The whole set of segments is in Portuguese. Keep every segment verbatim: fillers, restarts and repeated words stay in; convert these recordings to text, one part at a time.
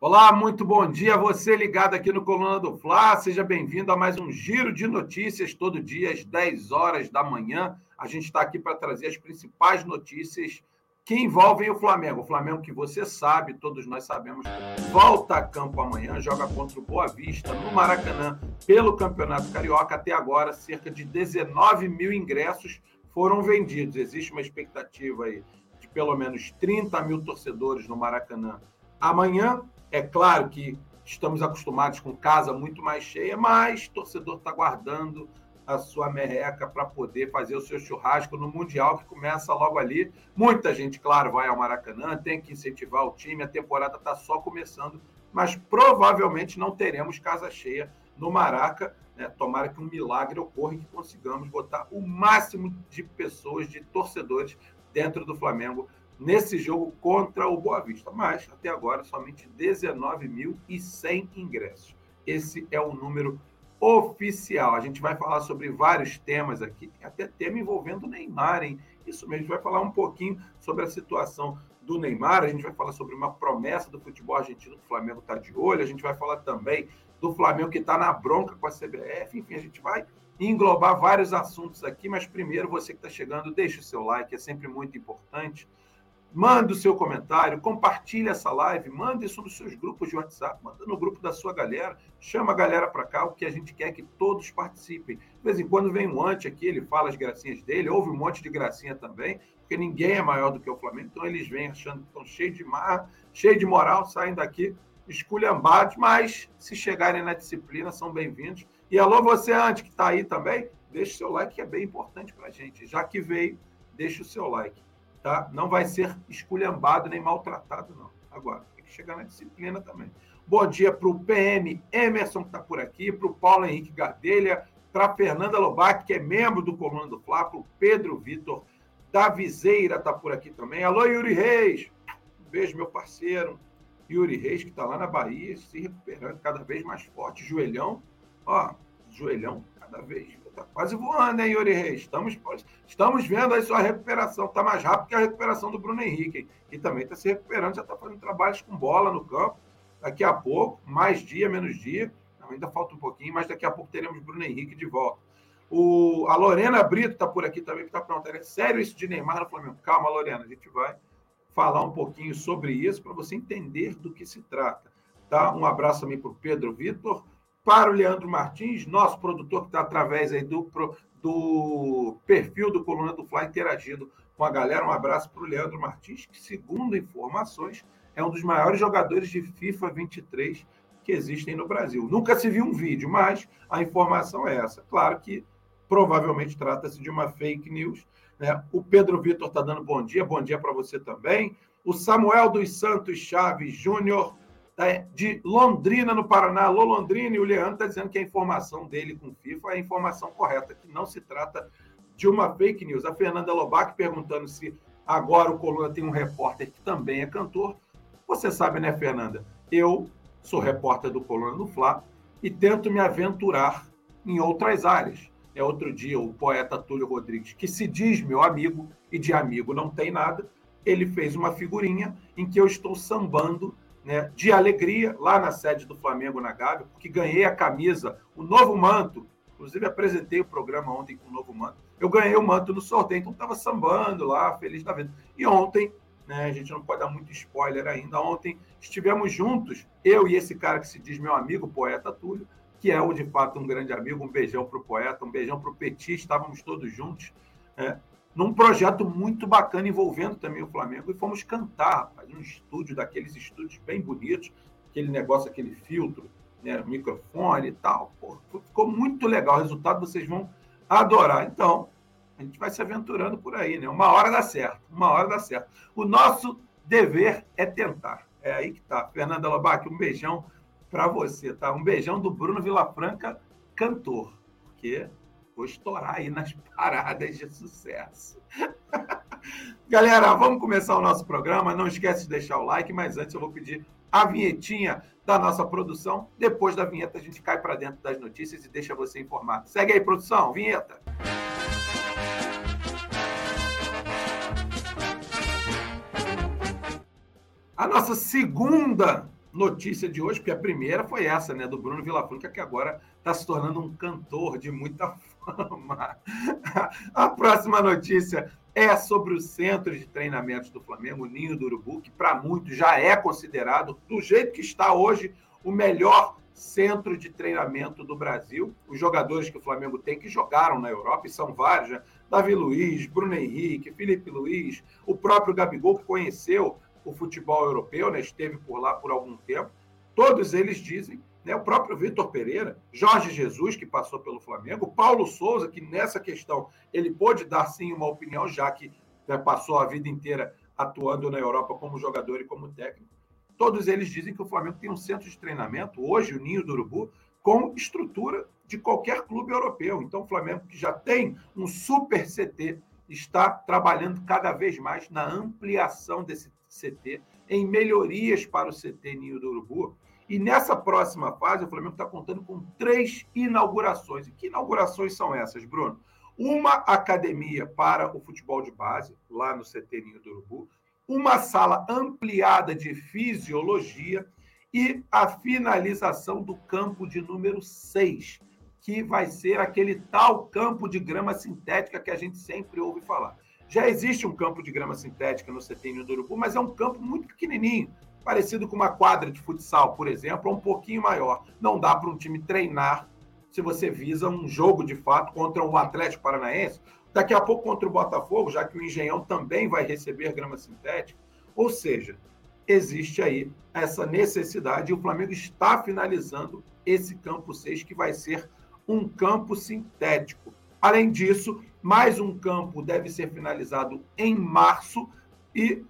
Olá, muito bom dia. Você ligado aqui no Coluna do Fla. Seja bem-vindo a mais um giro de notícias, todo dia às dez horas da manhã. A gente está aqui para trazer as principais notícias que envolvem o Flamengo. O Flamengo que você sabe, todos nós sabemos, volta a campo amanhã, joga contra o Boa Vista no Maracanã pelo Campeonato Carioca. Até agora, cerca de dezenove mil ingressos foram vendidos. Existe uma expectativa aí de pelo menos trinta mil torcedores no Maracanã amanhã. É claro que estamos acostumados com casa muito mais cheia, mas o torcedor está guardando a sua merreca para poder fazer o seu churrasco no Mundial, que começa logo ali. Muita gente, claro, vai ao Maracanã, tem que incentivar o time, a temporada está só começando, mas provavelmente não teremos casa cheia no Maraca. Né? Tomara que um milagre ocorra e que consigamos botar o máximo de pessoas, de torcedores dentro do Flamengo nesse jogo contra o Boa Vista. Mas, até agora, somente dezenove mil e cem ingressos. Esse é o número oficial. A gente vai falar sobre vários temas aqui, tem até tema envolvendo o Neymar, hein? Isso mesmo, a gente vai falar um pouquinho sobre a situação do Neymar, a gente vai falar sobre uma promessa do futebol argentino que o Flamengo está de olho, a gente vai falar também do Flamengo que está na bronca com a C B F, enfim, a gente vai englobar vários assuntos aqui, mas primeiro, você que está chegando, deixa o seu like, é sempre muito importante. Manda o seu comentário, compartilhe essa live, manda isso nos seus grupos de WhatsApp, manda no grupo da sua galera, chama a galera para cá, o que a gente quer é que todos participem. De vez em quando vem um ante aqui, ele fala as gracinhas dele, houve um monte de gracinha também, porque ninguém é maior do que o Flamengo, então eles vêm achando que estão cheios de mar, cheios de moral, saem daqui esculhambados, mas se chegarem na disciplina, são bem-vindos. E alô, você ante que está aí também, deixa o seu like, que é bem importante para a gente. Já que veio, deixa o seu like. Tá? Não vai ser esculhambado nem maltratado, não. Agora, tem que chegar na disciplina também. Bom dia para o P M Emerson, que está por aqui, para o Paulo Henrique Gadelha, para a Fernanda Lobac, que é membro do Coluna do Fla, para o Pedro Vitor Daviseira está por aqui também. Alô, Yuri Reis. Um beijo, meu parceiro. Yuri Reis, que está lá na Bahia, se recuperando cada vez mais forte. Joelhão, ó, joelhão cada vez está quase voando, hein, Yuri Reis? Estamos, estamos vendo aí sua recuperação. Está mais rápido que a recuperação do Bruno Henrique, hein? Que também está se recuperando, já está fazendo trabalhos com bola no campo. Daqui a pouco, mais dia, menos dia, ainda falta um pouquinho, mas daqui a pouco teremos Bruno Henrique de volta. O, a Lorena Brito está por aqui também, que está perguntando, é sério isso de Neymar no Flamengo? Calma, Lorena, a gente vai falar um pouquinho sobre isso para você entender do que se trata. Tá? Um abraço também para o Pedro Vitor, para o Leandro Martins, nosso produtor que está através aí do, do perfil do Coluna do Fla interagindo com a galera. Um abraço para o Leandro Martins, que, segundo informações, é um dos maiores jogadores de FIFA vinte e três que existem no Brasil. Nunca se viu um vídeo, mas a informação é essa. Claro que provavelmente trata-se de uma fake news. Né? O Pedro Vitor está dando bom dia, bom dia para você também. O Samuel dos Santos Chaves Júnior, de Londrina, no Paraná. Alô, Londrina, e o Leandro está dizendo que a informação dele com o FIFA é a informação correta, que não se trata de uma fake news. A Fernanda Lobac perguntando se agora o Coluna tem um repórter que também é cantor. Você sabe, né, Fernanda? Eu sou repórter do Coluna do Fla e tento me aventurar em outras áreas. É outro dia o poeta Túlio Rodrigues, que se diz meu amigo, e de amigo não tem nada, ele fez uma figurinha em que eu estou sambando, né, de alegria, lá na sede do Flamengo, na Gávea, porque ganhei a camisa, o novo manto, inclusive apresentei o programa ontem com o novo manto, eu ganhei o manto no sorteio, então estava sambando lá, feliz da vida. E ontem, né, a gente não pode dar muito spoiler ainda, ontem estivemos juntos, eu e esse cara que se diz meu amigo, o poeta Túlio, que é, de fato, um grande amigo, um beijão para o poeta, um beijão para o Petit, estávamos todos juntos, né, num projeto muito bacana envolvendo também o Flamengo, e fomos cantar, rapaz, um estúdio daqueles estúdios bem bonitos, aquele negócio, aquele filtro, né, microfone e tal. Pô, ficou muito legal, o resultado vocês vão adorar. Então, a gente vai se aventurando por aí, né? Uma hora dá certo, uma hora dá certo. O nosso dever é tentar. É aí que tá. Fernanda Lobac, um beijão para você, tá? Um beijão do Bruno Vilafranca, cantor, porque vou estourar aí nas paradas de sucesso. Galera, vamos começar o nosso programa. Não esquece de deixar o like, mas antes eu vou pedir a vinhetinha da nossa produção. Depois da vinheta, a gente cai para dentro das notícias e deixa você informado. Segue aí, produção. Vinheta. A nossa segunda notícia de hoje, porque a primeira foi essa, né, do Bruno Villafranca, que agora está se tornando um cantor de muita fama. A próxima notícia é sobre o centro de treinamentos do Flamengo, o Ninho do Urubu, que para muitos já é considerado, do jeito que está hoje, o melhor centro de treinamento do Brasil. Os jogadores que o Flamengo tem que jogaram na Europa, e são vários, né? Davi Luiz, Bruno Henrique, Felipe Luiz, o próprio Gabigol, que conheceu o futebol europeu, né? Esteve por lá por algum tempo. Todos eles dizem, né? O próprio Vitor Pereira, Jorge Jesus, que passou pelo Flamengo, Paulo Souza, que nessa questão ele pôde dar sim uma opinião, já que, né, passou a vida inteira atuando na Europa como jogador e como técnico. Todos eles dizem que o Flamengo tem um centro de treinamento, hoje o Ninho do Urubu, com estrutura de qualquer clube europeu. Então o Flamengo, que já tem um super C T, está trabalhando cada vez mais na ampliação desse C T, em melhorias para o C T Ninho do Urubu. E nessa próxima fase, o Flamengo está contando com três inaugurações. E que inaugurações são essas, Bruno? Uma academia para o futebol de base, lá no C T Ninho do Urubu, uma sala ampliada de fisiologia e a finalização do campo de número seis, que vai ser aquele tal campo de grama sintética que a gente sempre ouve falar. Já existe um campo de grama sintética no C T Ninho do Urubu, mas é um campo muito pequenininho, parecido com uma quadra de futsal, por exemplo, ou um pouquinho maior. Não dá para um time treinar se você visa um jogo de fato contra o Atlético Paranaense, daqui a pouco contra o Botafogo, já que o Engenhão também vai receber grama sintética. Ou seja, existe aí essa necessidade e o Flamengo está finalizando esse campo seis, que vai ser um campo sintético. Além disso, mais um campo deve ser finalizado em março e,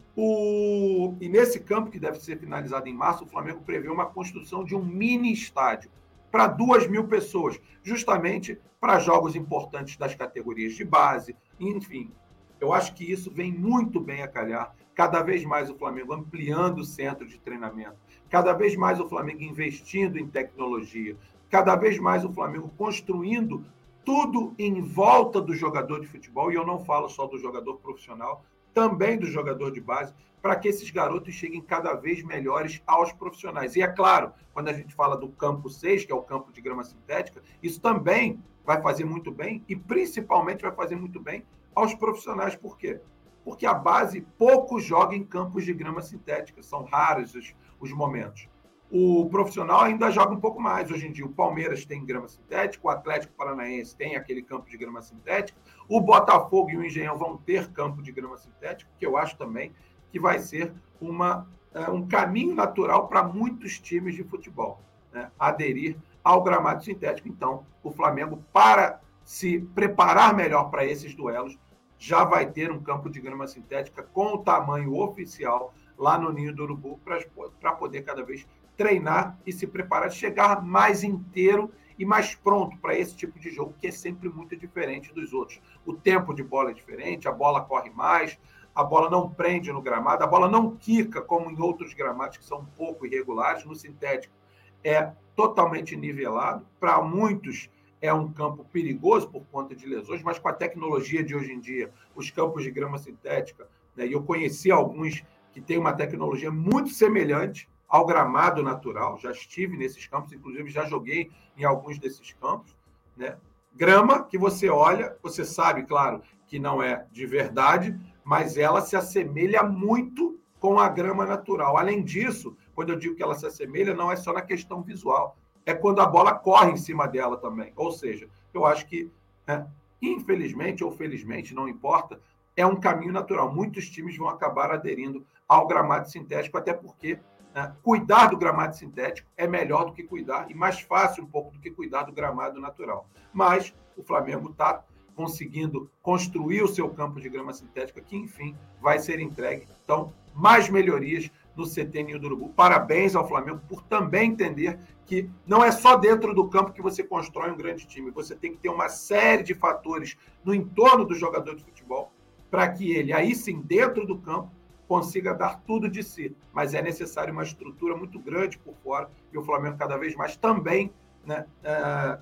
o... e nesse campo que deve ser finalizado em março, o Flamengo prevê uma construção de um mini estádio para duas mil pessoas, justamente para jogos importantes das categorias de base, enfim. Eu acho que isso vem muito bem a calhar, cada vez mais o Flamengo ampliando o centro de treinamento, cada vez mais o Flamengo investindo em tecnologia, cada vez mais o Flamengo construindo tudo em volta do jogador de futebol, e eu não falo só do jogador profissional, também do jogador de base, para que esses garotos cheguem cada vez melhores aos profissionais. E é claro, quando a gente fala do campo seis, que é o campo de grama sintética, isso também vai fazer muito bem e principalmente vai fazer muito bem aos profissionais. Por quê? Porque a base pouco joga em campos de grama sintética, são raros os, os momentos. O profissional ainda joga um pouco mais. Hoje em dia, o Palmeiras tem grama sintética, o Atlético Paranaense tem aquele campo de grama sintética, o Botafogo e o Engenhão vão ter campo de grama sintética, que eu acho também que vai ser uma, um caminho natural para muitos times de futebol, né, aderir ao gramado sintético. Então, o Flamengo, para se preparar melhor para esses duelos, já vai ter um campo de grama sintética com o tamanho oficial lá no Ninho do Urubu, para poder cada vez treinar e se preparar, chegar mais inteiro e mais pronto para esse tipo de jogo, que é sempre muito diferente dos outros. O tempo de bola é diferente, a bola corre mais, a bola não prende no gramado, a bola não quica, como em outros gramados que são um pouco irregulares. No sintético é totalmente nivelado. Para muitos é um campo perigoso por conta de lesões, mas com a tecnologia de hoje em dia, os campos de grama sintética, né, e eu conheci alguns que têm uma tecnologia muito semelhante ao gramado natural, já estive nesses campos, inclusive já joguei em alguns desses campos, né? Grama que você olha, você sabe, claro, que não é de verdade, mas ela se assemelha muito com a grama natural. Além disso, quando eu digo que ela se assemelha, não é só na questão visual, é quando a bola corre em cima dela também. Ou seja, eu acho que, né, infelizmente ou felizmente, não importa, é um caminho natural. Muitos times vão acabar aderindo ao gramado sintético, até porque, né, cuidar do gramado sintético é melhor do que cuidar, e mais fácil um pouco do que cuidar do gramado natural. Mas o Flamengo está conseguindo construir o seu campo de grama sintética, que, enfim, vai ser entregue. Então, mais melhorias no C T Ninho do Urubu. Parabéns ao Flamengo por também entender que não é só dentro do campo que você constrói um grande time. Você tem que ter uma série de fatores no entorno do jogador de futebol para que ele, aí sim, dentro do campo, consiga dar tudo de si. Mas é necessário uma estrutura muito grande por fora, e o Flamengo cada vez mais também, né, é,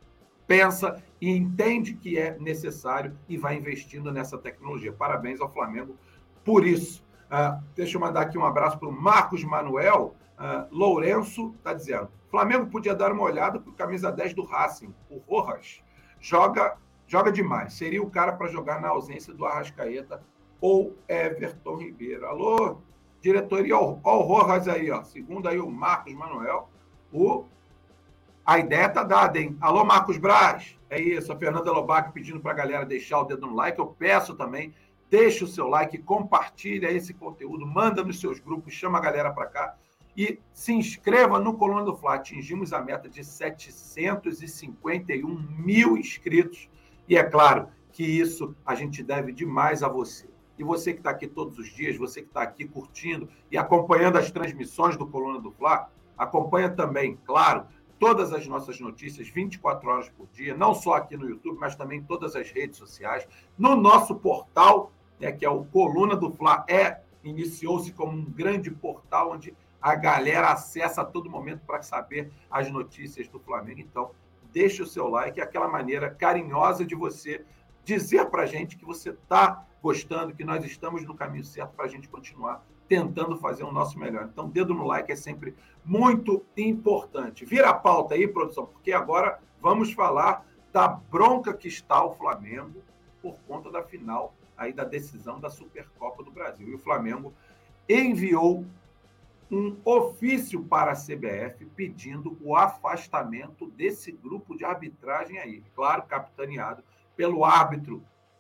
pensa e entende que é necessário e vai investindo nessa tecnologia. Parabéns ao Flamengo por isso. Uh, deixa eu mandar aqui um abraço para o Marcos Manuel. Uh, Lourenço está dizendo, Flamengo podia dar uma olhada para o camisa dez do Racing, o Rojas. Joga, joga demais. Seria o cara para jogar na ausência do Arrascaeta ou Everton Ribeiro. Alô, diretoria, ó, ó o Rojas aí, ó. Segundo aí o Marcos Manuel, o... a ideia tá dada, hein? Alô, Marcos Braz. É isso, a Fernanda Lobac pedindo para a galera deixar o dedo no like. Eu peço também, deixa o seu like, compartilha esse conteúdo, manda nos seus grupos, chama a galera para cá e se inscreva no Coluna do Fla. Atingimos a meta de setecentos e cinquenta e um mil inscritos e é claro que isso a gente deve demais a você. E você que está aqui todos os dias, você que está aqui curtindo e acompanhando as transmissões do Coluna do Fla, acompanha também, claro, todas as nossas notícias vinte e quatro horas por dia, não só aqui no YouTube, mas também em todas as redes sociais, no nosso portal, né, que é o Coluna do Fla, é, iniciou-se como um grande portal onde a galera acessa a todo momento para saber as notícias do Flamengo. Então, deixe o seu like, é aquela maneira carinhosa de você dizer para a gente que você está gostando, que nós estamos no caminho certo para a gente continuar tentando fazer o nosso melhor. Então, dedo no like é sempre muito importante. Vira a pauta aí, produção, porque agora vamos falar da bronca que está o Flamengo por conta da final aí da decisão da Supercopa do Brasil. E o Flamengo enviou um ofício para a C B F pedindo o afastamento desse grupo de arbitragem aí. Claro, capitaneado pelo árbitro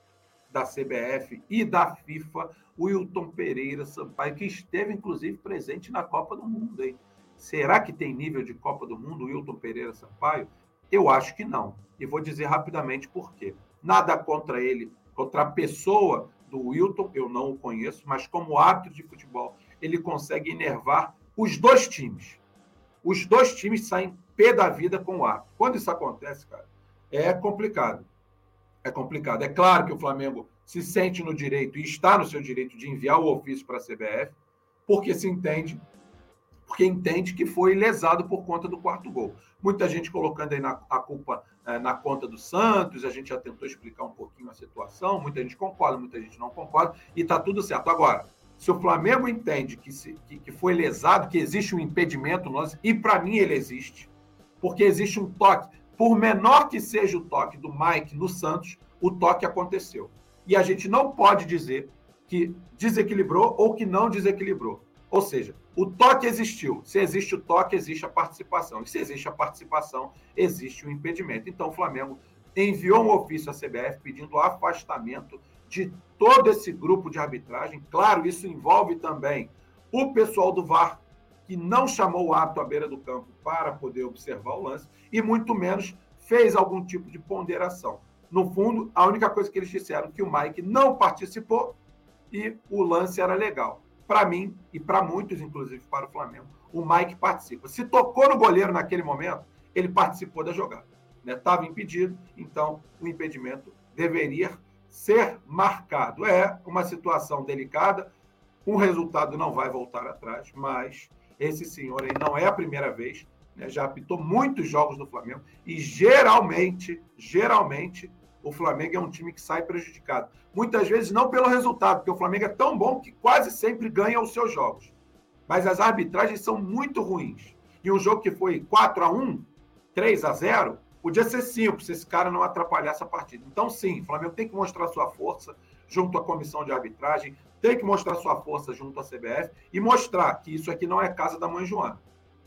da C B F e da FIFA, Wilton Pereira Sampaio, que esteve, inclusive, presente na Copa do Mundo, hein? Será que tem nível de Copa do Mundo, Wilton Pereira Sampaio? Eu acho que não. E vou dizer rapidamente por quê. Nada contra ele, contra a pessoa do Wilton, eu não o conheço, mas como árbitro de futebol, ele consegue enervar os dois times. Os dois times saem pé da vida com o árbitro. Quando isso acontece, cara, é complicado. É complicado. É claro que o Flamengo se sente no direito e está no seu direito de enviar o ofício para a C B F, porque se entende, porque entende que foi lesado por conta do quarto gol. Muita gente colocando aí na, a culpa é, na conta do Santos, a gente já tentou explicar um pouquinho a situação, muita gente concorda, muita gente não concorda, e está tudo certo. Agora, se o Flamengo entende que, se, que, que foi lesado, que existe um impedimento, nós, e para mim ele existe, porque existe um toque, por menor que seja o toque do Mike no Santos, o toque aconteceu. E a gente não pode dizer que desequilibrou ou que não desequilibrou. Ou seja, o toque existiu. Se existe o toque, existe a participação. E se existe a participação, existe o impedimento. Então, o Flamengo enviou um ofício à C B F pedindo o afastamento de todo esse grupo de arbitragem. Claro, isso envolve também o pessoal do V A R, que não chamou o árbitro à beira do campo para poder observar o lance, e muito menos fez algum tipo de ponderação. No fundo, a única coisa que eles disseram é que o Mike não participou e o lance era legal. Para mim, e para muitos, inclusive para o Flamengo, o Mike participa. Se tocou no goleiro naquele momento, ele participou da jogada. Estava, né? Impedido, então o impedimento deveria ser marcado. É uma situação delicada, o resultado não vai voltar atrás, mas esse senhor aí não é a primeira vez, né? Já apitou muitos jogos do Flamengo e geralmente, geralmente, o Flamengo é um time que sai prejudicado. Muitas vezes não pelo resultado, porque o Flamengo é tão bom que quase sempre ganha os seus jogos. Mas as arbitragens são muito ruins. E um jogo que foi quatro a um, três a zero, podia ser cinco, se esse cara não atrapalhasse a partida. Então, sim, o Flamengo tem que mostrar sua força junto à comissão de arbitragem, tem que mostrar sua força junto à C B F e mostrar que isso aqui não é casa da mãe Joana.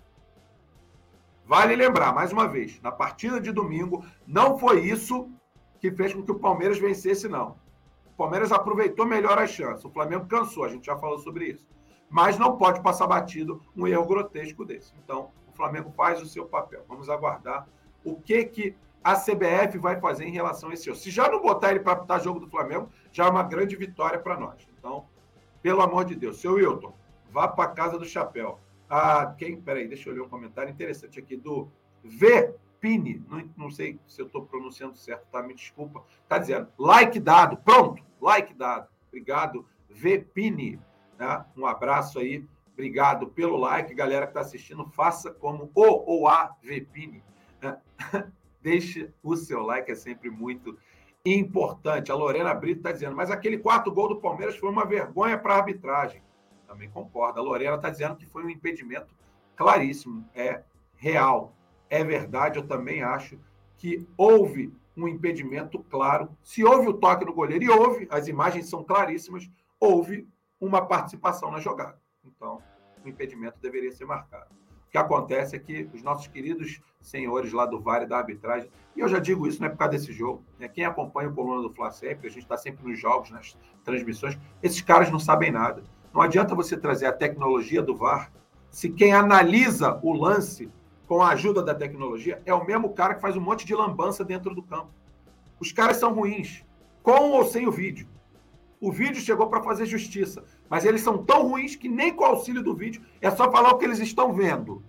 Vale lembrar, mais uma vez, na partida de domingo, não foi isso que fez com que o Palmeiras vencesse, não. O Palmeiras aproveitou melhor as chances. O Flamengo cansou, a gente já falou sobre isso. Mas não pode passar batido um erro grotesco desse. Então, o Flamengo faz o seu papel. Vamos aguardar o que, que a C B F vai fazer em relação a esse jogo. Se já não botar ele para apitar jogo do Flamengo, já é uma grande vitória para nós. Então, pelo amor de Deus, seu Wilton, vá para a casa do chapéu. Ah, quem? Peraí, deixa eu ler um comentário interessante aqui do V. Pini, não, não sei se eu estou pronunciando certo, tá? Me desculpa. Está dizendo, like dado, pronto, like dado. Obrigado, V. Pini. Né? Um abraço aí, obrigado pelo like. Galera que está assistindo, faça como o ou a V. Pini. Né? Deixe o seu like, é sempre muito importante. A Lorena Brito está dizendo, mas aquele quarto gol do Palmeiras foi uma vergonha para a arbitragem. também concordo. A Lorena está dizendo que foi um impedimento claríssimo, é real, é verdade. Eu também acho que houve um impedimento claro. Se houve o toque no goleiro, e houve, as imagens são claríssimas, houve uma participação na jogada. Então, o impedimento deveria ser marcado. O que acontece é que os nossos queridos senhores lá do V A R e da arbitragem, e eu já digo isso, não é por causa desse jogo, né? Quem acompanha o Coluna do Fla sempre, a gente está sempre nos jogos, nas transmissões, esses caras não sabem nada. Não adianta você trazer a tecnologia do V A R se quem analisa o lance com a ajuda da tecnologia é o mesmo cara que faz um monte de lambança dentro do campo. Os caras são ruins, com ou sem o vídeo. O vídeo chegou para fazer justiça, mas eles são tão ruins que nem com o auxílio do vídeo é só falar o que eles estão vendo.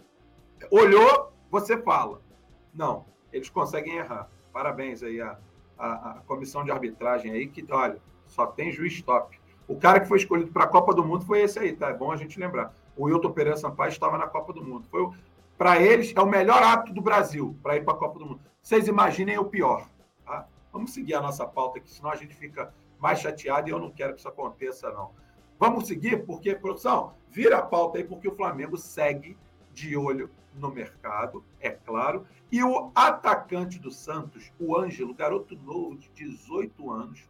Olhou, você fala. Não, eles conseguem errar. Parabéns aí à, à, à comissão de arbitragem aí, que, olha, só tem juiz top. O cara que foi escolhido para a Copa do Mundo foi esse aí, tá? É bom a gente lembrar. O Wilton Pereira Sampaio estava na Copa do Mundo. Foi, para eles, é o melhor ato do Brasil para ir para a Copa do Mundo. Vocês imaginem o pior, tá? Vamos seguir a nossa pauta aqui, senão a gente fica mais chateado e eu não quero que isso aconteça, não. Vamos seguir, porque, produção, vira a pauta aí, porque o Flamengo segue de olho no mercado, é claro, e o atacante do Santos, o Ângelo, garoto novo de dezoito anos,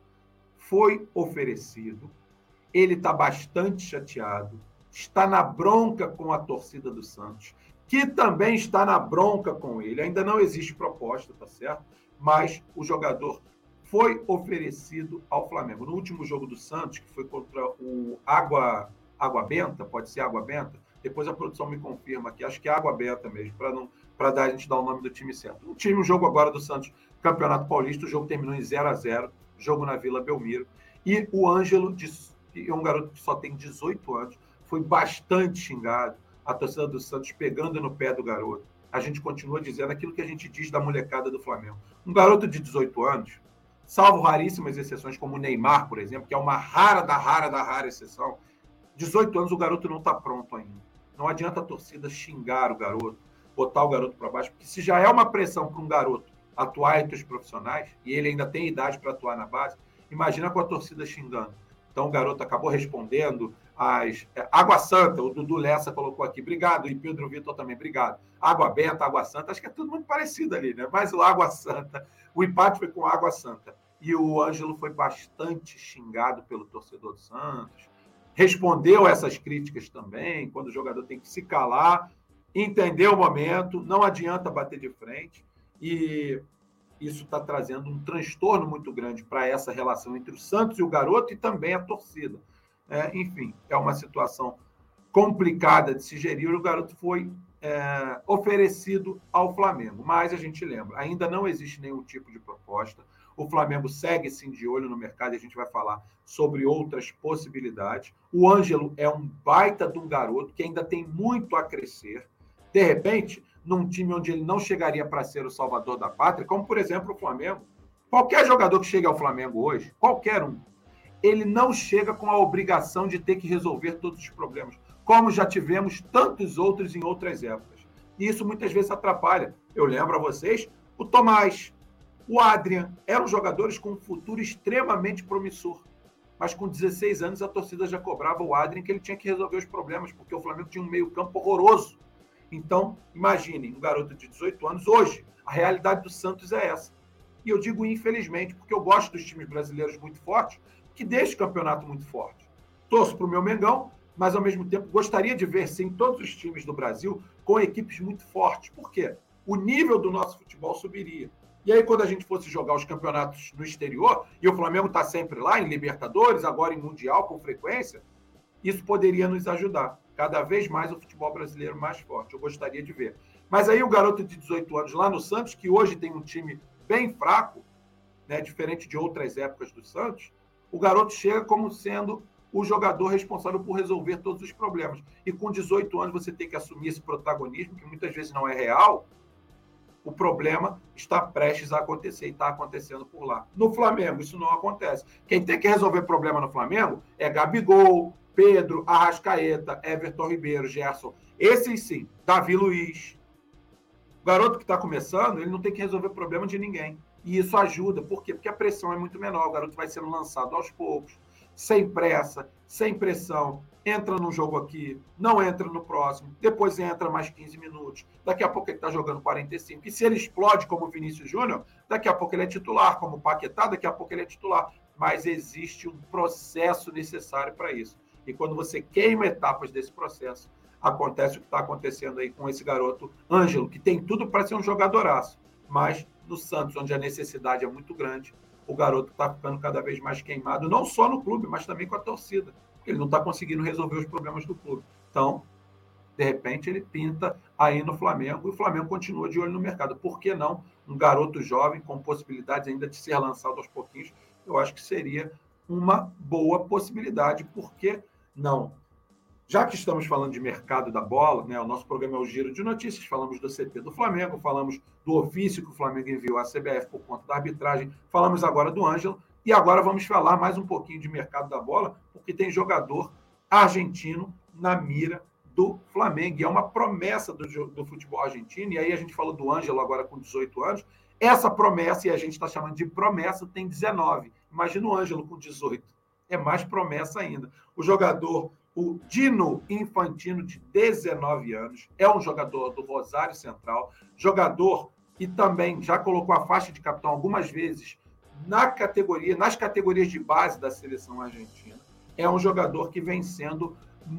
foi oferecido, ele está bastante chateado, está na bronca com a torcida do Santos, que também está na bronca com ele, ainda não existe proposta, tá certo? Mas o jogador foi oferecido ao Flamengo. No último jogo do Santos, que foi contra o Água, Água Benta, pode ser Água Benta, depois a produção me confirma aqui, acho que é Água Benta mesmo, para não para dar a gente dar o nome do time certo. O time, o jogo agora do Santos, Campeonato Paulista, o jogo terminou em zero a zero, jogo na Vila Belmiro, e o Ângelo, que é um garoto que só tem dezoito anos, foi bastante xingado, a torcida do Santos pegando no pé do garoto. A gente continua dizendo aquilo que a gente diz da molecada do Flamengo. Um garoto de dezoito anos, salvo raríssimas exceções, como o Neymar, por exemplo, que é uma rara da rara da rara exceção, dezoito anos o garoto não está pronto ainda. Não adianta a torcida xingar o garoto, botar o garoto para baixo, porque se já é uma pressão para um garoto atuar entre os profissionais, e ele ainda tem idade para atuar na base, imagina com a torcida xingando. Então o garoto acabou respondendo as... Água Santa, o Dudu Lessa colocou aqui, obrigado, e Pedro Vitor também, obrigado. Água Benta, Água Santa, acho que é tudo muito parecido ali, né? Mas o Água Santa, o empate foi com Água Santa. E o Ângelo foi bastante xingado pelo torcedor do Santos, respondeu essas críticas também, quando o jogador tem que se calar, entender o momento, não adianta bater de frente, e isso está trazendo um transtorno muito grande para essa relação entre o Santos e o garoto e também a torcida. É, enfim, é uma situação complicada de se gerir. O garoto foi é, oferecido ao Flamengo, mas a gente lembra, ainda não existe nenhum tipo de proposta. O Flamengo segue, sim, de olho no mercado e a gente vai falar sobre outras possibilidades. O Ângelo é um baita de um garoto que ainda tem muito a crescer. De repente, num time onde ele não chegaria para ser o salvador da pátria, como, por exemplo, o Flamengo. Qualquer jogador que chega ao Flamengo hoje, qualquer um, ele não chega com a obrigação de ter que resolver todos os problemas, como já tivemos tantos outros em outras épocas. E isso muitas vezes atrapalha. Eu lembro a vocês, o Tomás, o Adrian, eram jogadores com um futuro extremamente promissor. Mas com dezesseis anos a torcida já cobrava o Adrian que ele tinha que resolver os problemas, porque o Flamengo tinha um meio-campo horroroso. Então, imaginem, um garoto de dezoito anos, hoje, a realidade do Santos é essa. E eu digo infelizmente, porque eu gosto dos times brasileiros muito fortes, que deixam o campeonato muito forte. Torço para o meu Mengão, mas ao mesmo tempo gostaria de ver, sim, todos os times do Brasil com equipes muito fortes. Por quê? O nível do nosso futebol subiria. E aí, quando a gente fosse jogar os campeonatos no exterior, e o Flamengo está sempre lá, em Libertadores, agora em Mundial, com frequência, isso poderia nos ajudar. Cada vez mais o futebol brasileiro mais forte. Eu gostaria de ver. Mas aí o garoto de dezoito anos lá no Santos, que hoje tem um time bem fraco, né, diferente de outras épocas do Santos, o garoto chega como sendo o jogador responsável por resolver todos os problemas. E com dezoito anos você tem que assumir esse protagonismo, que muitas vezes não é real, o problema está prestes a acontecer e está acontecendo por lá. No Flamengo, isso não acontece. Quem tem que resolver problema no Flamengo é Gabigol, Pedro, Arrascaeta, Everton Ribeiro, Gerson. Esses sim, Davi Luiz. O garoto que está começando, ele não tem que resolver problema de ninguém. E isso ajuda. Por quê? Porque a pressão é muito menor. O garoto vai sendo lançado aos poucos, sem pressa, sem pressão. entra num jogo aqui, não entra no próximo, depois entra mais quinze minutos, daqui a pouco ele está jogando quarenta e cinco, e se ele explode como o Vinícius Júnior, daqui a pouco ele é titular, como o Paquetá, daqui a pouco ele é titular, mas existe um processo necessário para isso, e quando você queima etapas desse processo, acontece o que está acontecendo aí com esse garoto Ângelo, que tem tudo para ser um jogadoraço, mas no Santos, onde a necessidade é muito grande, o garoto está ficando cada vez mais queimado, não só no clube, mas também com a torcida, porque ele não está conseguindo resolver os problemas do clube. Então, de repente, ele pinta aí no Flamengo, e o Flamengo continua de olho no mercado. Por que não um garoto jovem, com possibilidades ainda de ser lançado aos pouquinhos? Eu acho que seria uma boa possibilidade. Por que não? Já que estamos falando de mercado da bola, né, o nosso programa é o Giro de Notícias, falamos do C T do Flamengo, falamos do ofício que o Flamengo enviou à C B F por conta da arbitragem, falamos agora do Ângelo, e agora vamos falar mais um pouquinho de mercado da bola, porque tem jogador argentino na mira do Flamengo, e é uma promessa do, do futebol argentino, e aí a gente falou do Ângelo agora com dezoito anos, essa promessa, e a gente está chamando de promessa, tem dezenove. Imagina o Ângelo com dezoito. É mais promessa ainda. O jogador... O Dino Infantino, de dezenove anos, é um jogador do Rosário Central, jogador que também já colocou a faixa de capitão algumas vezes na categoria, nas categorias de base da seleção argentina. É um jogador que vem sendo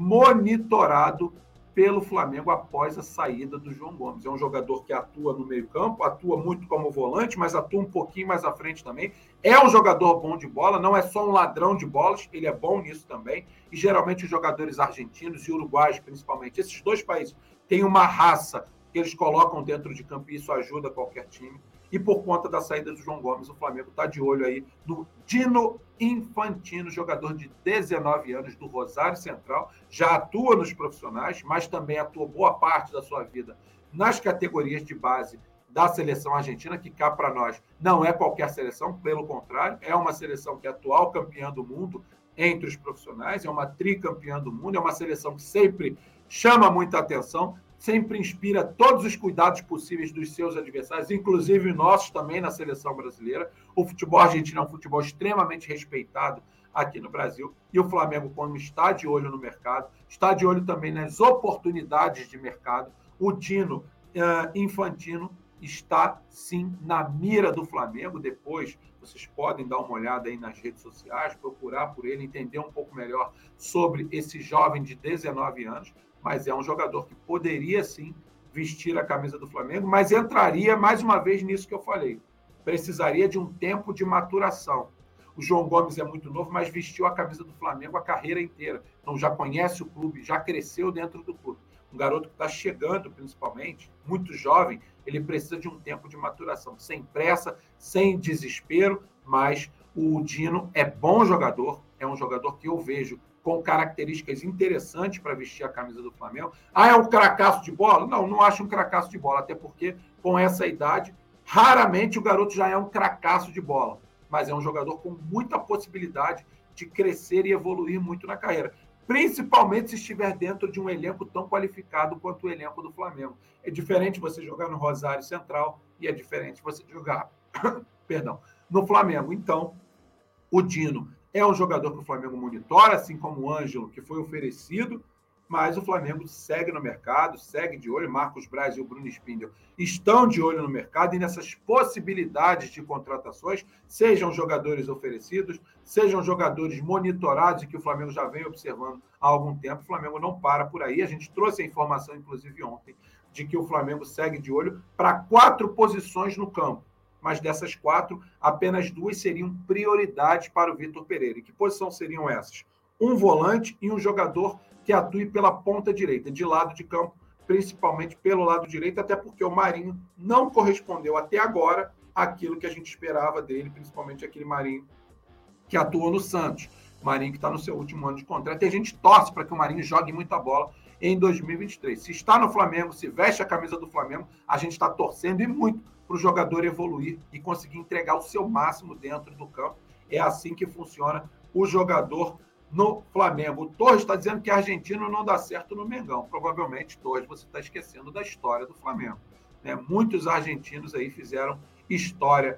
monitorado pelo Flamengo após a saída do João Gomes. É um jogador que atua no meio-campo, atua muito como volante, mas atua um pouquinho mais à frente também. É um jogador bom de bola, não é só um ladrão de bolas, ele é bom nisso também. E geralmente os jogadores argentinos e uruguaios, principalmente, esses dois países têm uma raça que eles colocam dentro de campo e isso ajuda qualquer time. E por conta da saída do João Gomes, o Flamengo está de olho aí no Dino Infantino, jogador de dezenove anos do Rosário Central, já atua nos profissionais, mas também atua boa parte da sua vida nas categorias de base da seleção argentina, que cá para nós não é qualquer seleção, pelo contrário, é uma seleção que é atual campeã do mundo entre os profissionais, é uma tricampeã do mundo, é uma seleção que sempre chama muita atenção, sempre inspira todos os cuidados possíveis dos seus adversários, inclusive nossos também na seleção brasileira. O futebol argentino é um futebol extremamente respeitado aqui no Brasil, e o Flamengo, como está de olho no mercado, está de olho também nas oportunidades de mercado. O Dino uh, Infantino está, sim, na mira do Flamengo. Depois, vocês podem dar uma olhada aí nas redes sociais, procurar por ele, entender um pouco melhor sobre esse jovem de dezenove anos, mas é um jogador que poderia, sim, vestir a camisa do Flamengo, mas entraria, mais uma vez, nisso que eu falei. Precisaria de um tempo de maturação. O João Gomes é muito novo, mas vestiu a camisa do Flamengo a carreira inteira. Então, já conhece o clube, já cresceu dentro do clube. Um garoto que está chegando, principalmente, muito jovem, ele precisa de um tempo de maturação, sem pressa, sem desespero, mas o Dino é bom jogador, é um jogador que eu vejo com características interessantes para vestir a camisa do Flamengo. Ah, é um cracaço de bola? Não, não acho um cracaço de bola, até porque, com essa idade, raramente o garoto já é um cracaço de bola, mas é um jogador com muita possibilidade de crescer e evoluir muito na carreira, principalmente se estiver dentro de um elenco tão qualificado quanto o elenco do Flamengo. É diferente você jogar no Rosário Central e é diferente você jogar perdão, no Flamengo. Então, o Dino é um jogador que o Flamengo monitora, assim como o Ângelo, que foi oferecido, mas o Flamengo segue no mercado, segue de olho. Marcos Braz e o Bruno Spindel estão de olho no mercado e nessas possibilidades de contratações, sejam jogadores oferecidos, sejam jogadores monitorados e que o Flamengo já vem observando há algum tempo. O Flamengo não para por aí. A gente trouxe a informação, inclusive ontem, de que o Flamengo segue de olho para quatro posições no campo. Mas dessas quatro, apenas duas seriam prioridades para o Vitor Pereira. E que posição seriam essas? Um volante e um jogador que atue pela ponta direita, de lado de campo, principalmente pelo lado direito, até porque o Marinho não correspondeu até agora àquilo que a gente esperava dele, principalmente aquele Marinho que atuou no Santos. Marinho que está no seu último ano de contrato. E a gente torce para que o Marinho jogue muita bola em dois mil e vinte e três. Se está no Flamengo, se veste a camisa do Flamengo, a gente está torcendo e muito para o jogador evoluir e conseguir entregar o seu máximo dentro do campo. É assim que funciona o jogador no Flamengo. O Torres está dizendo que argentino não dá certo no Mengão. Provavelmente, Torres, você está esquecendo da história do Flamengo. Né? Muitos argentinos aí fizeram história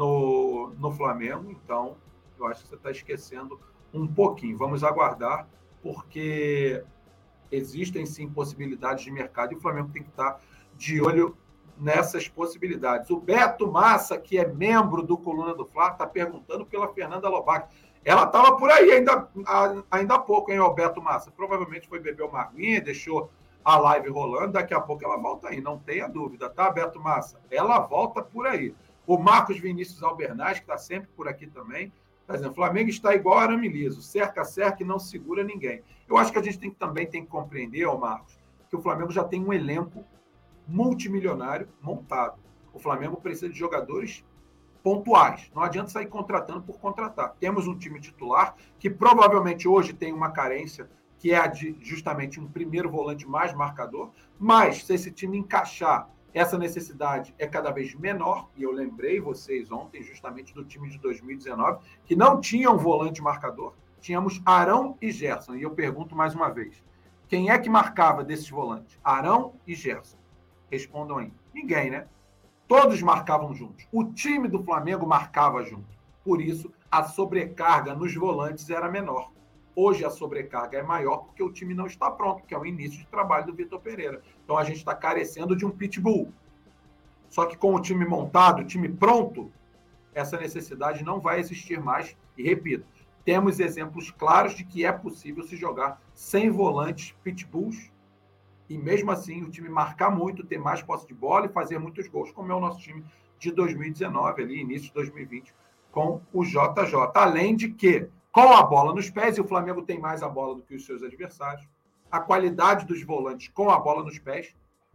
no, no Flamengo, então eu acho que você está esquecendo um pouquinho. Vamos aguardar porque existem sim possibilidades de mercado e o Flamengo tem que estar de olho nessas possibilidades. O Beto Massa, que é membro do Coluna do Fla, está perguntando pela Fernanda Lobac. Ela estava por aí ainda, ainda há pouco, hein, o Beto Massa? Provavelmente foi beber uma aguinha, deixou a live rolando, daqui a pouco ela volta aí, não tenha dúvida, tá, Beto Massa? Ela volta por aí. O Marcos Vinícius Albernaz, que está sempre por aqui também, está dizendo, Flamengo está igual arame liso, cerca, cerca e não segura ninguém. Eu acho que a gente tem, também tem que compreender, ó, Marcos, que o Flamengo já tem um elenco multimilionário montado. O Flamengo precisa de jogadores pontuais. Não adianta sair contratando por contratar. Temos um time titular que provavelmente hoje tem uma carência, que é a de justamente um primeiro volante mais marcador, mas se esse time encaixar, essa necessidade é cada vez menor, e eu lembrei vocês ontem justamente do time de dois mil e dezenove, que não tinha um volante marcador, tínhamos Arão e Gerson, e eu pergunto mais uma vez, quem é que marcava desses volantes? Arão e Gerson. Respondam aí. Ninguém, né? Todos marcavam juntos. O time do Flamengo marcava junto. Por isso, a sobrecarga nos volantes era menor. Hoje a sobrecarga é maior porque o time não está pronto, que é o início de trabalho do Vitor Pereira. Então a gente está carecendo de um pitbull. Só que com o time montado, o time pronto, essa necessidade não vai existir mais. E repito, temos exemplos claros de que é possível se jogar sem volantes pitbulls e mesmo assim o time marcar muito, ter mais posse de bola e fazer muitos gols, como é o nosso time de dois mil e dezenove, ali, início de dois mil e vinte, com o J J. Além de que, com a bola nos pés, e o Flamengo tem mais a bola do que os seus adversários, a qualidade dos volantes com a bola nos pés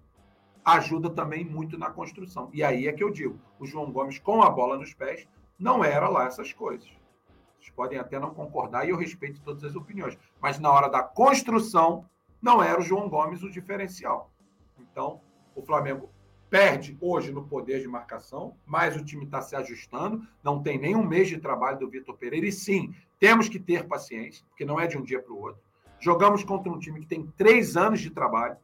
ajuda também muito na construção. E aí é que eu digo, o João Gomes com a bola nos pés não era lá essas coisas. Vocês podem até não concordar e eu respeito todas as opiniões, mas na hora da construção não era o João Gomes o diferencial. Então, o Flamengo perde hoje no poder de marcação, mas o time está se ajustando, não tem nem um mês de trabalho do Vitor Pereira, e sim, temos que ter paciência, porque não é de um dia para o outro. Jogamos contra um time que tem três anos de trabalho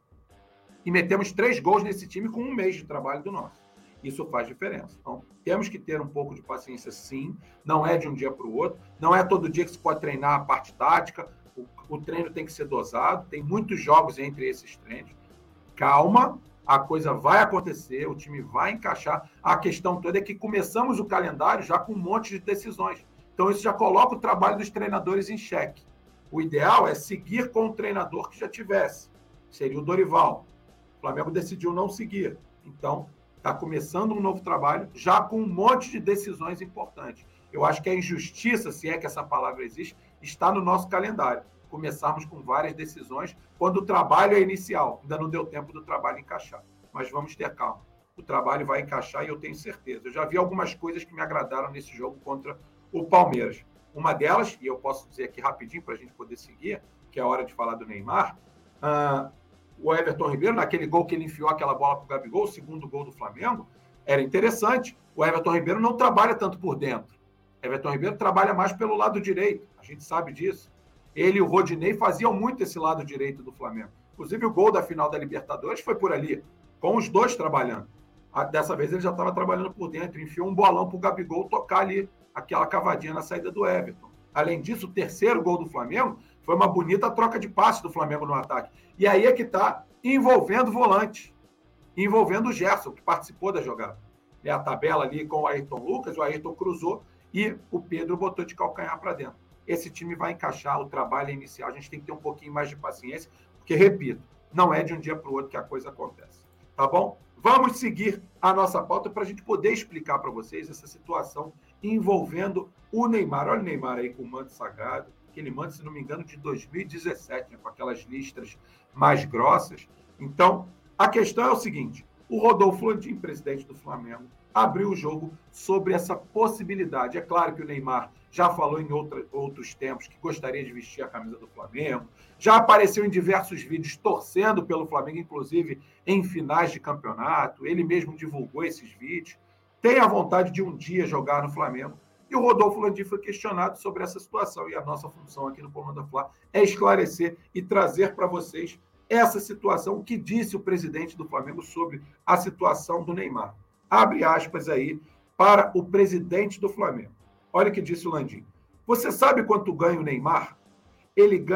e metemos três gols nesse time com um mês de trabalho do nosso. Isso faz diferença. Então, temos que ter um pouco de paciência, sim, não é de um dia para o outro, não é todo dia que se pode treinar a parte tática, o, o treino tem que ser dosado, tem muitos jogos entre esses treinos. Calma, a coisa vai acontecer, o time vai encaixar. A questão toda é que começamos o calendário já com um monte de decisões. Então, isso já coloca o trabalho dos treinadores em xeque. O ideal é seguir com o treinador que já tivesse. Seria o Dorival. O Flamengo decidiu não seguir. Então, está começando um novo trabalho, já com um monte de decisões importantes. Eu acho que a injustiça, se é que essa palavra existe, está no nosso calendário. Começarmos com várias decisões quando o trabalho é inicial. Ainda não deu tempo do trabalho encaixar. Mas vamos ter calma. O trabalho vai encaixar e eu tenho certeza. Eu já vi algumas coisas que me agradaram nesse jogo contra o Palmeiras. Uma delas, e eu posso dizer aqui rapidinho para a gente poder seguir, que é a hora de falar do Neymar, uh, o Everton Ribeiro, naquele gol que ele enfiou aquela bola para o Gabigol, o segundo gol do Flamengo, era interessante. O Everton Ribeiro não trabalha tanto por dentro. O Everton Ribeiro trabalha mais pelo lado direito. A gente sabe disso. Ele e o Rodinei faziam muito esse lado direito do Flamengo. Inclusive, o gol da final da Libertadores foi por ali, com os dois trabalhando. Dessa vez, ele já estava trabalhando por dentro, enfiou um bolão para o Gabigol tocar ali aquela cavadinha na saída do Everton. Além disso, o terceiro gol do Flamengo foi uma bonita troca de passe do Flamengo no ataque. E aí é que está envolvendo volante, envolvendo o Gerson, que participou da jogada. É a tabela ali com o Ayrton Lucas, o Ayrton cruzou e o Pedro botou de calcanhar para dentro. Esse time vai encaixar o trabalho inicial, a gente tem que ter um pouquinho mais de paciência, porque, repito, não é de um dia para o outro que a coisa acontece. Tá bom? Vamos seguir a nossa pauta para a gente poder explicar para vocês essa situação envolvendo o Neymar. Olha o Neymar aí com o manto sagrado, aquele manto, se não me engano, de dois mil e dezessete, né, com aquelas listras mais grossas. Então, a questão é o seguinte, o Rodolfo Landim, presidente do Flamengo, abriu o jogo sobre essa possibilidade. É claro que o Neymar já falou em outra, outros tempos que gostaria de vestir a camisa do Flamengo, já apareceu em diversos vídeos torcendo pelo Flamengo, inclusive em finais de campeonato, ele mesmo divulgou esses vídeos, tem a vontade de um dia jogar no Flamengo, e o Rodolfo Landim foi questionado sobre essa situação, e a nossa função aqui no Coluna do Fla é esclarecer e trazer para vocês essa situação, o que disse o presidente do Flamengo sobre a situação do Neymar. Abre aspas aí para o presidente do Flamengo. Olha o que disse o Landim. Você sabe quanto ganha o Neymar? Ele ganha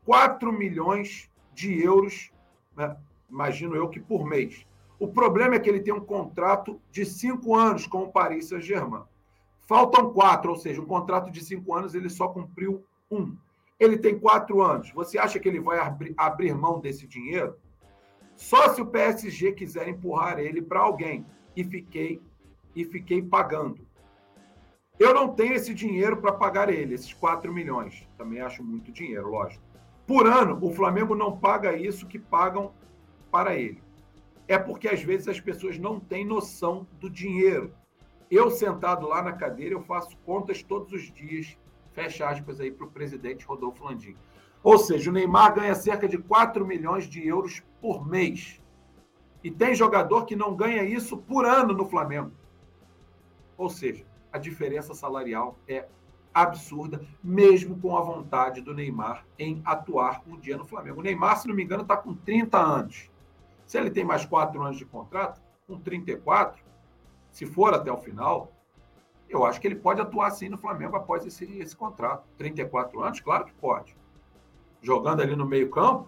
quatro milhões de euros, né? Imagino eu que por mês. O problema é que ele tem um contrato de cinco anos com o Paris Saint-Germain. Faltam quatro, ou seja, um contrato de cinco anos, ele só cumpriu um. Ele tem quatro anos. Você acha que ele vai abrir, abrir mão desse dinheiro? Só se o P S G quiser empurrar ele para alguém. E fiquei, e fiquei pagando. Eu não tenho esse dinheiro para pagar ele, esses quatro milhões. Também acho muito dinheiro, lógico. Por ano, o Flamengo não paga isso que pagam para ele. É porque, às vezes, as pessoas não têm noção do dinheiro. Eu, sentado lá na cadeira, eu faço contas todos os dias, fecha aspas aí para o presidente Rodolfo Landim. Ou seja, o Neymar ganha cerca de quatro milhões de euros por mês. E tem jogador que não ganha isso por ano no Flamengo. Ou seja, a diferença salarial é absurda, mesmo com a vontade do Neymar em atuar um dia no Flamengo. O Neymar, se não me engano, está com trinta anos. Se ele tem mais quatro anos de contrato, com trinta e quatro, se for até o final, eu acho que ele pode atuar sim no Flamengo após esse, esse contrato. trinta e quatro anos, claro que pode. Jogando ali no meio-campo,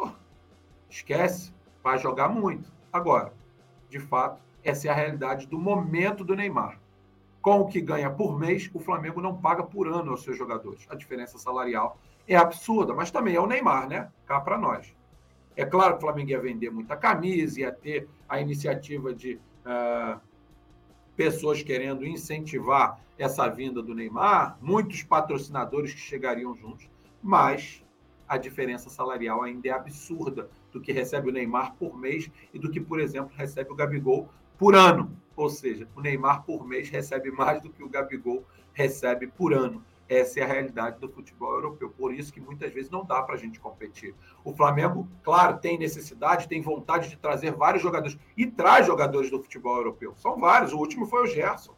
esquece, vai jogar muito. Agora, de fato, essa é a realidade do momento do Neymar. Com o que ganha por mês, o Flamengo não paga por ano aos seus jogadores. A diferença salarial é absurda, mas também é o Neymar, né? Cá para nós. É claro que o Flamengo ia vender muita camisa, ia ter a iniciativa de uh, pessoas querendo incentivar essa vinda do Neymar, muitos patrocinadores que chegariam juntos, mas a diferença salarial ainda é absurda do que recebe o Neymar por mês e do que, por exemplo, recebe o Gabigol por ano. Ou seja, o Neymar por mês recebe mais do que o Gabigol recebe por ano. Essa é a realidade do futebol europeu. Por isso que muitas vezes não dá para a gente competir. O Flamengo, claro, tem necessidade, tem vontade de trazer vários jogadores. E traz jogadores do futebol europeu. São vários. O último foi o Gerson.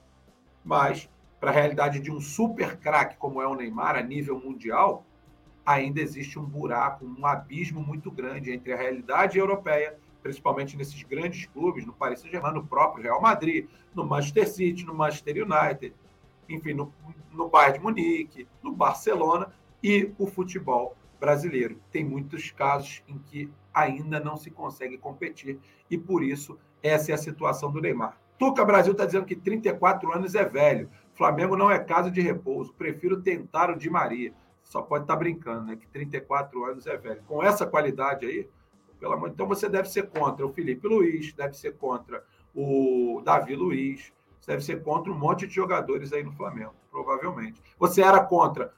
Mas, para a realidade de um super craque como é o Neymar, a nível mundial, ainda existe um buraco, um abismo muito grande entre a realidade europeia, principalmente nesses grandes clubes, no Paris Saint-Germain, no próprio Real Madrid, no Manchester City, no Manchester United, enfim, no, no Bayern de Munique, no Barcelona e o futebol brasileiro. Tem muitos casos em que ainda não se consegue competir e, por isso, essa é a situação do Neymar. Tuca Brasil está dizendo que trinta e quatro anos é velho. Flamengo não é casa de repouso. Prefiro tentar o Di Maria. Só pode estar tá brincando, né? Que trinta e quatro anos é velho. Com essa qualidade aí, pelo amor... então você deve ser contra o Felipe Luiz, deve ser contra o Davi Luiz, deve ser contra um monte de jogadores aí no Flamengo, provavelmente. Você era contra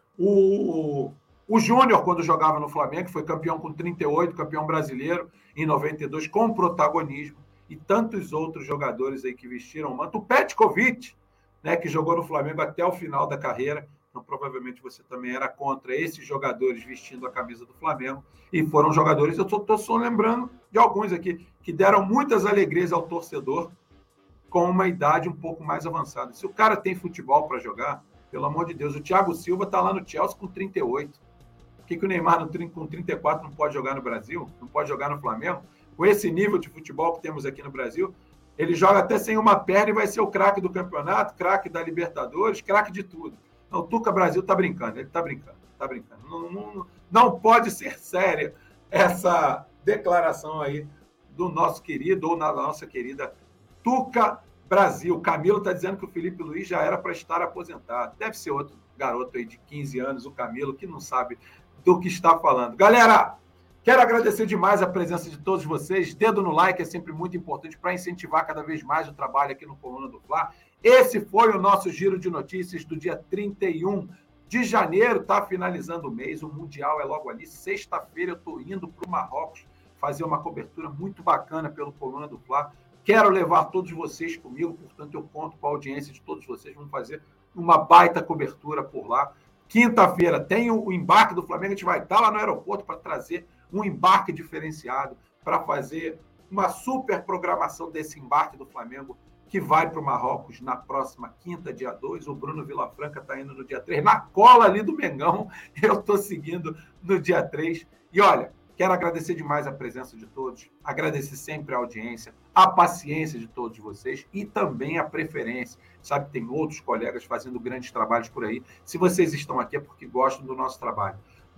o, o Júnior, quando jogava no Flamengo, foi campeão com trinta e oito, campeão brasileiro em noventa e dois, com protagonismo, e tantos outros jogadores aí que vestiram o manto. O Petkovic, né, que jogou no Flamengo até o final da carreira. Então, provavelmente, você também era contra esses jogadores vestindo a camisa do Flamengo. E foram jogadores, eu estou só lembrando de alguns aqui, que deram muitas alegrias ao torcedor, com uma idade um pouco mais avançada. Se o cara tem futebol para jogar, pelo amor de Deus, o Thiago Silva está lá no Chelsea com trinta e oito. Por que, que o Neymar no, com trinta e quatro não pode jogar no Brasil? Não pode jogar no Flamengo? Com esse nível de futebol que temos aqui no Brasil, ele joga até sem uma perna e vai ser o craque do campeonato, craque da Libertadores, craque de tudo. Não, o Tuca Brasil está brincando, ele está brincando, está brincando. Não, não, não pode ser séria essa declaração aí do nosso querido ou da nossa querida Tuca Brasil. Camilo está dizendo que o Felipe Luiz já era para estar aposentado. Deve ser outro garoto aí de quinze anos, o Camilo, que não sabe do que está falando. Galera, quero agradecer demais a presença de todos vocês. Dedo no like é sempre muito importante para incentivar cada vez mais o trabalho aqui no Coluna do Fla. Esse foi o nosso giro de notícias do dia trinta e um de janeiro. Está finalizando o mês, o Mundial é logo ali. Sexta-feira eu estou indo para o Marrocos fazer uma cobertura muito bacana pelo Coluna do Fla. Quero levar todos vocês comigo, portanto, eu conto com a audiência de todos vocês. Vamos fazer uma baita cobertura por lá. Quinta-feira tem o embarque do Flamengo. A gente vai estar lá no aeroporto para trazer um embarque diferenciado, para fazer uma super programação desse embarque do Flamengo, que vai para o Marrocos na próxima quinta, dia dois. O Bruno Vilafranca está indo no dia três. Na cola ali do Mengão, eu estou seguindo no dia três. E olha, quero agradecer demais a presença de todos, agradecer sempre a audiência, a paciência de todos vocês e também a preferência. Sabe que tem outros colegas fazendo grandes trabalhos por aí. Se vocês estão aqui é porque gostam do nosso trabalho.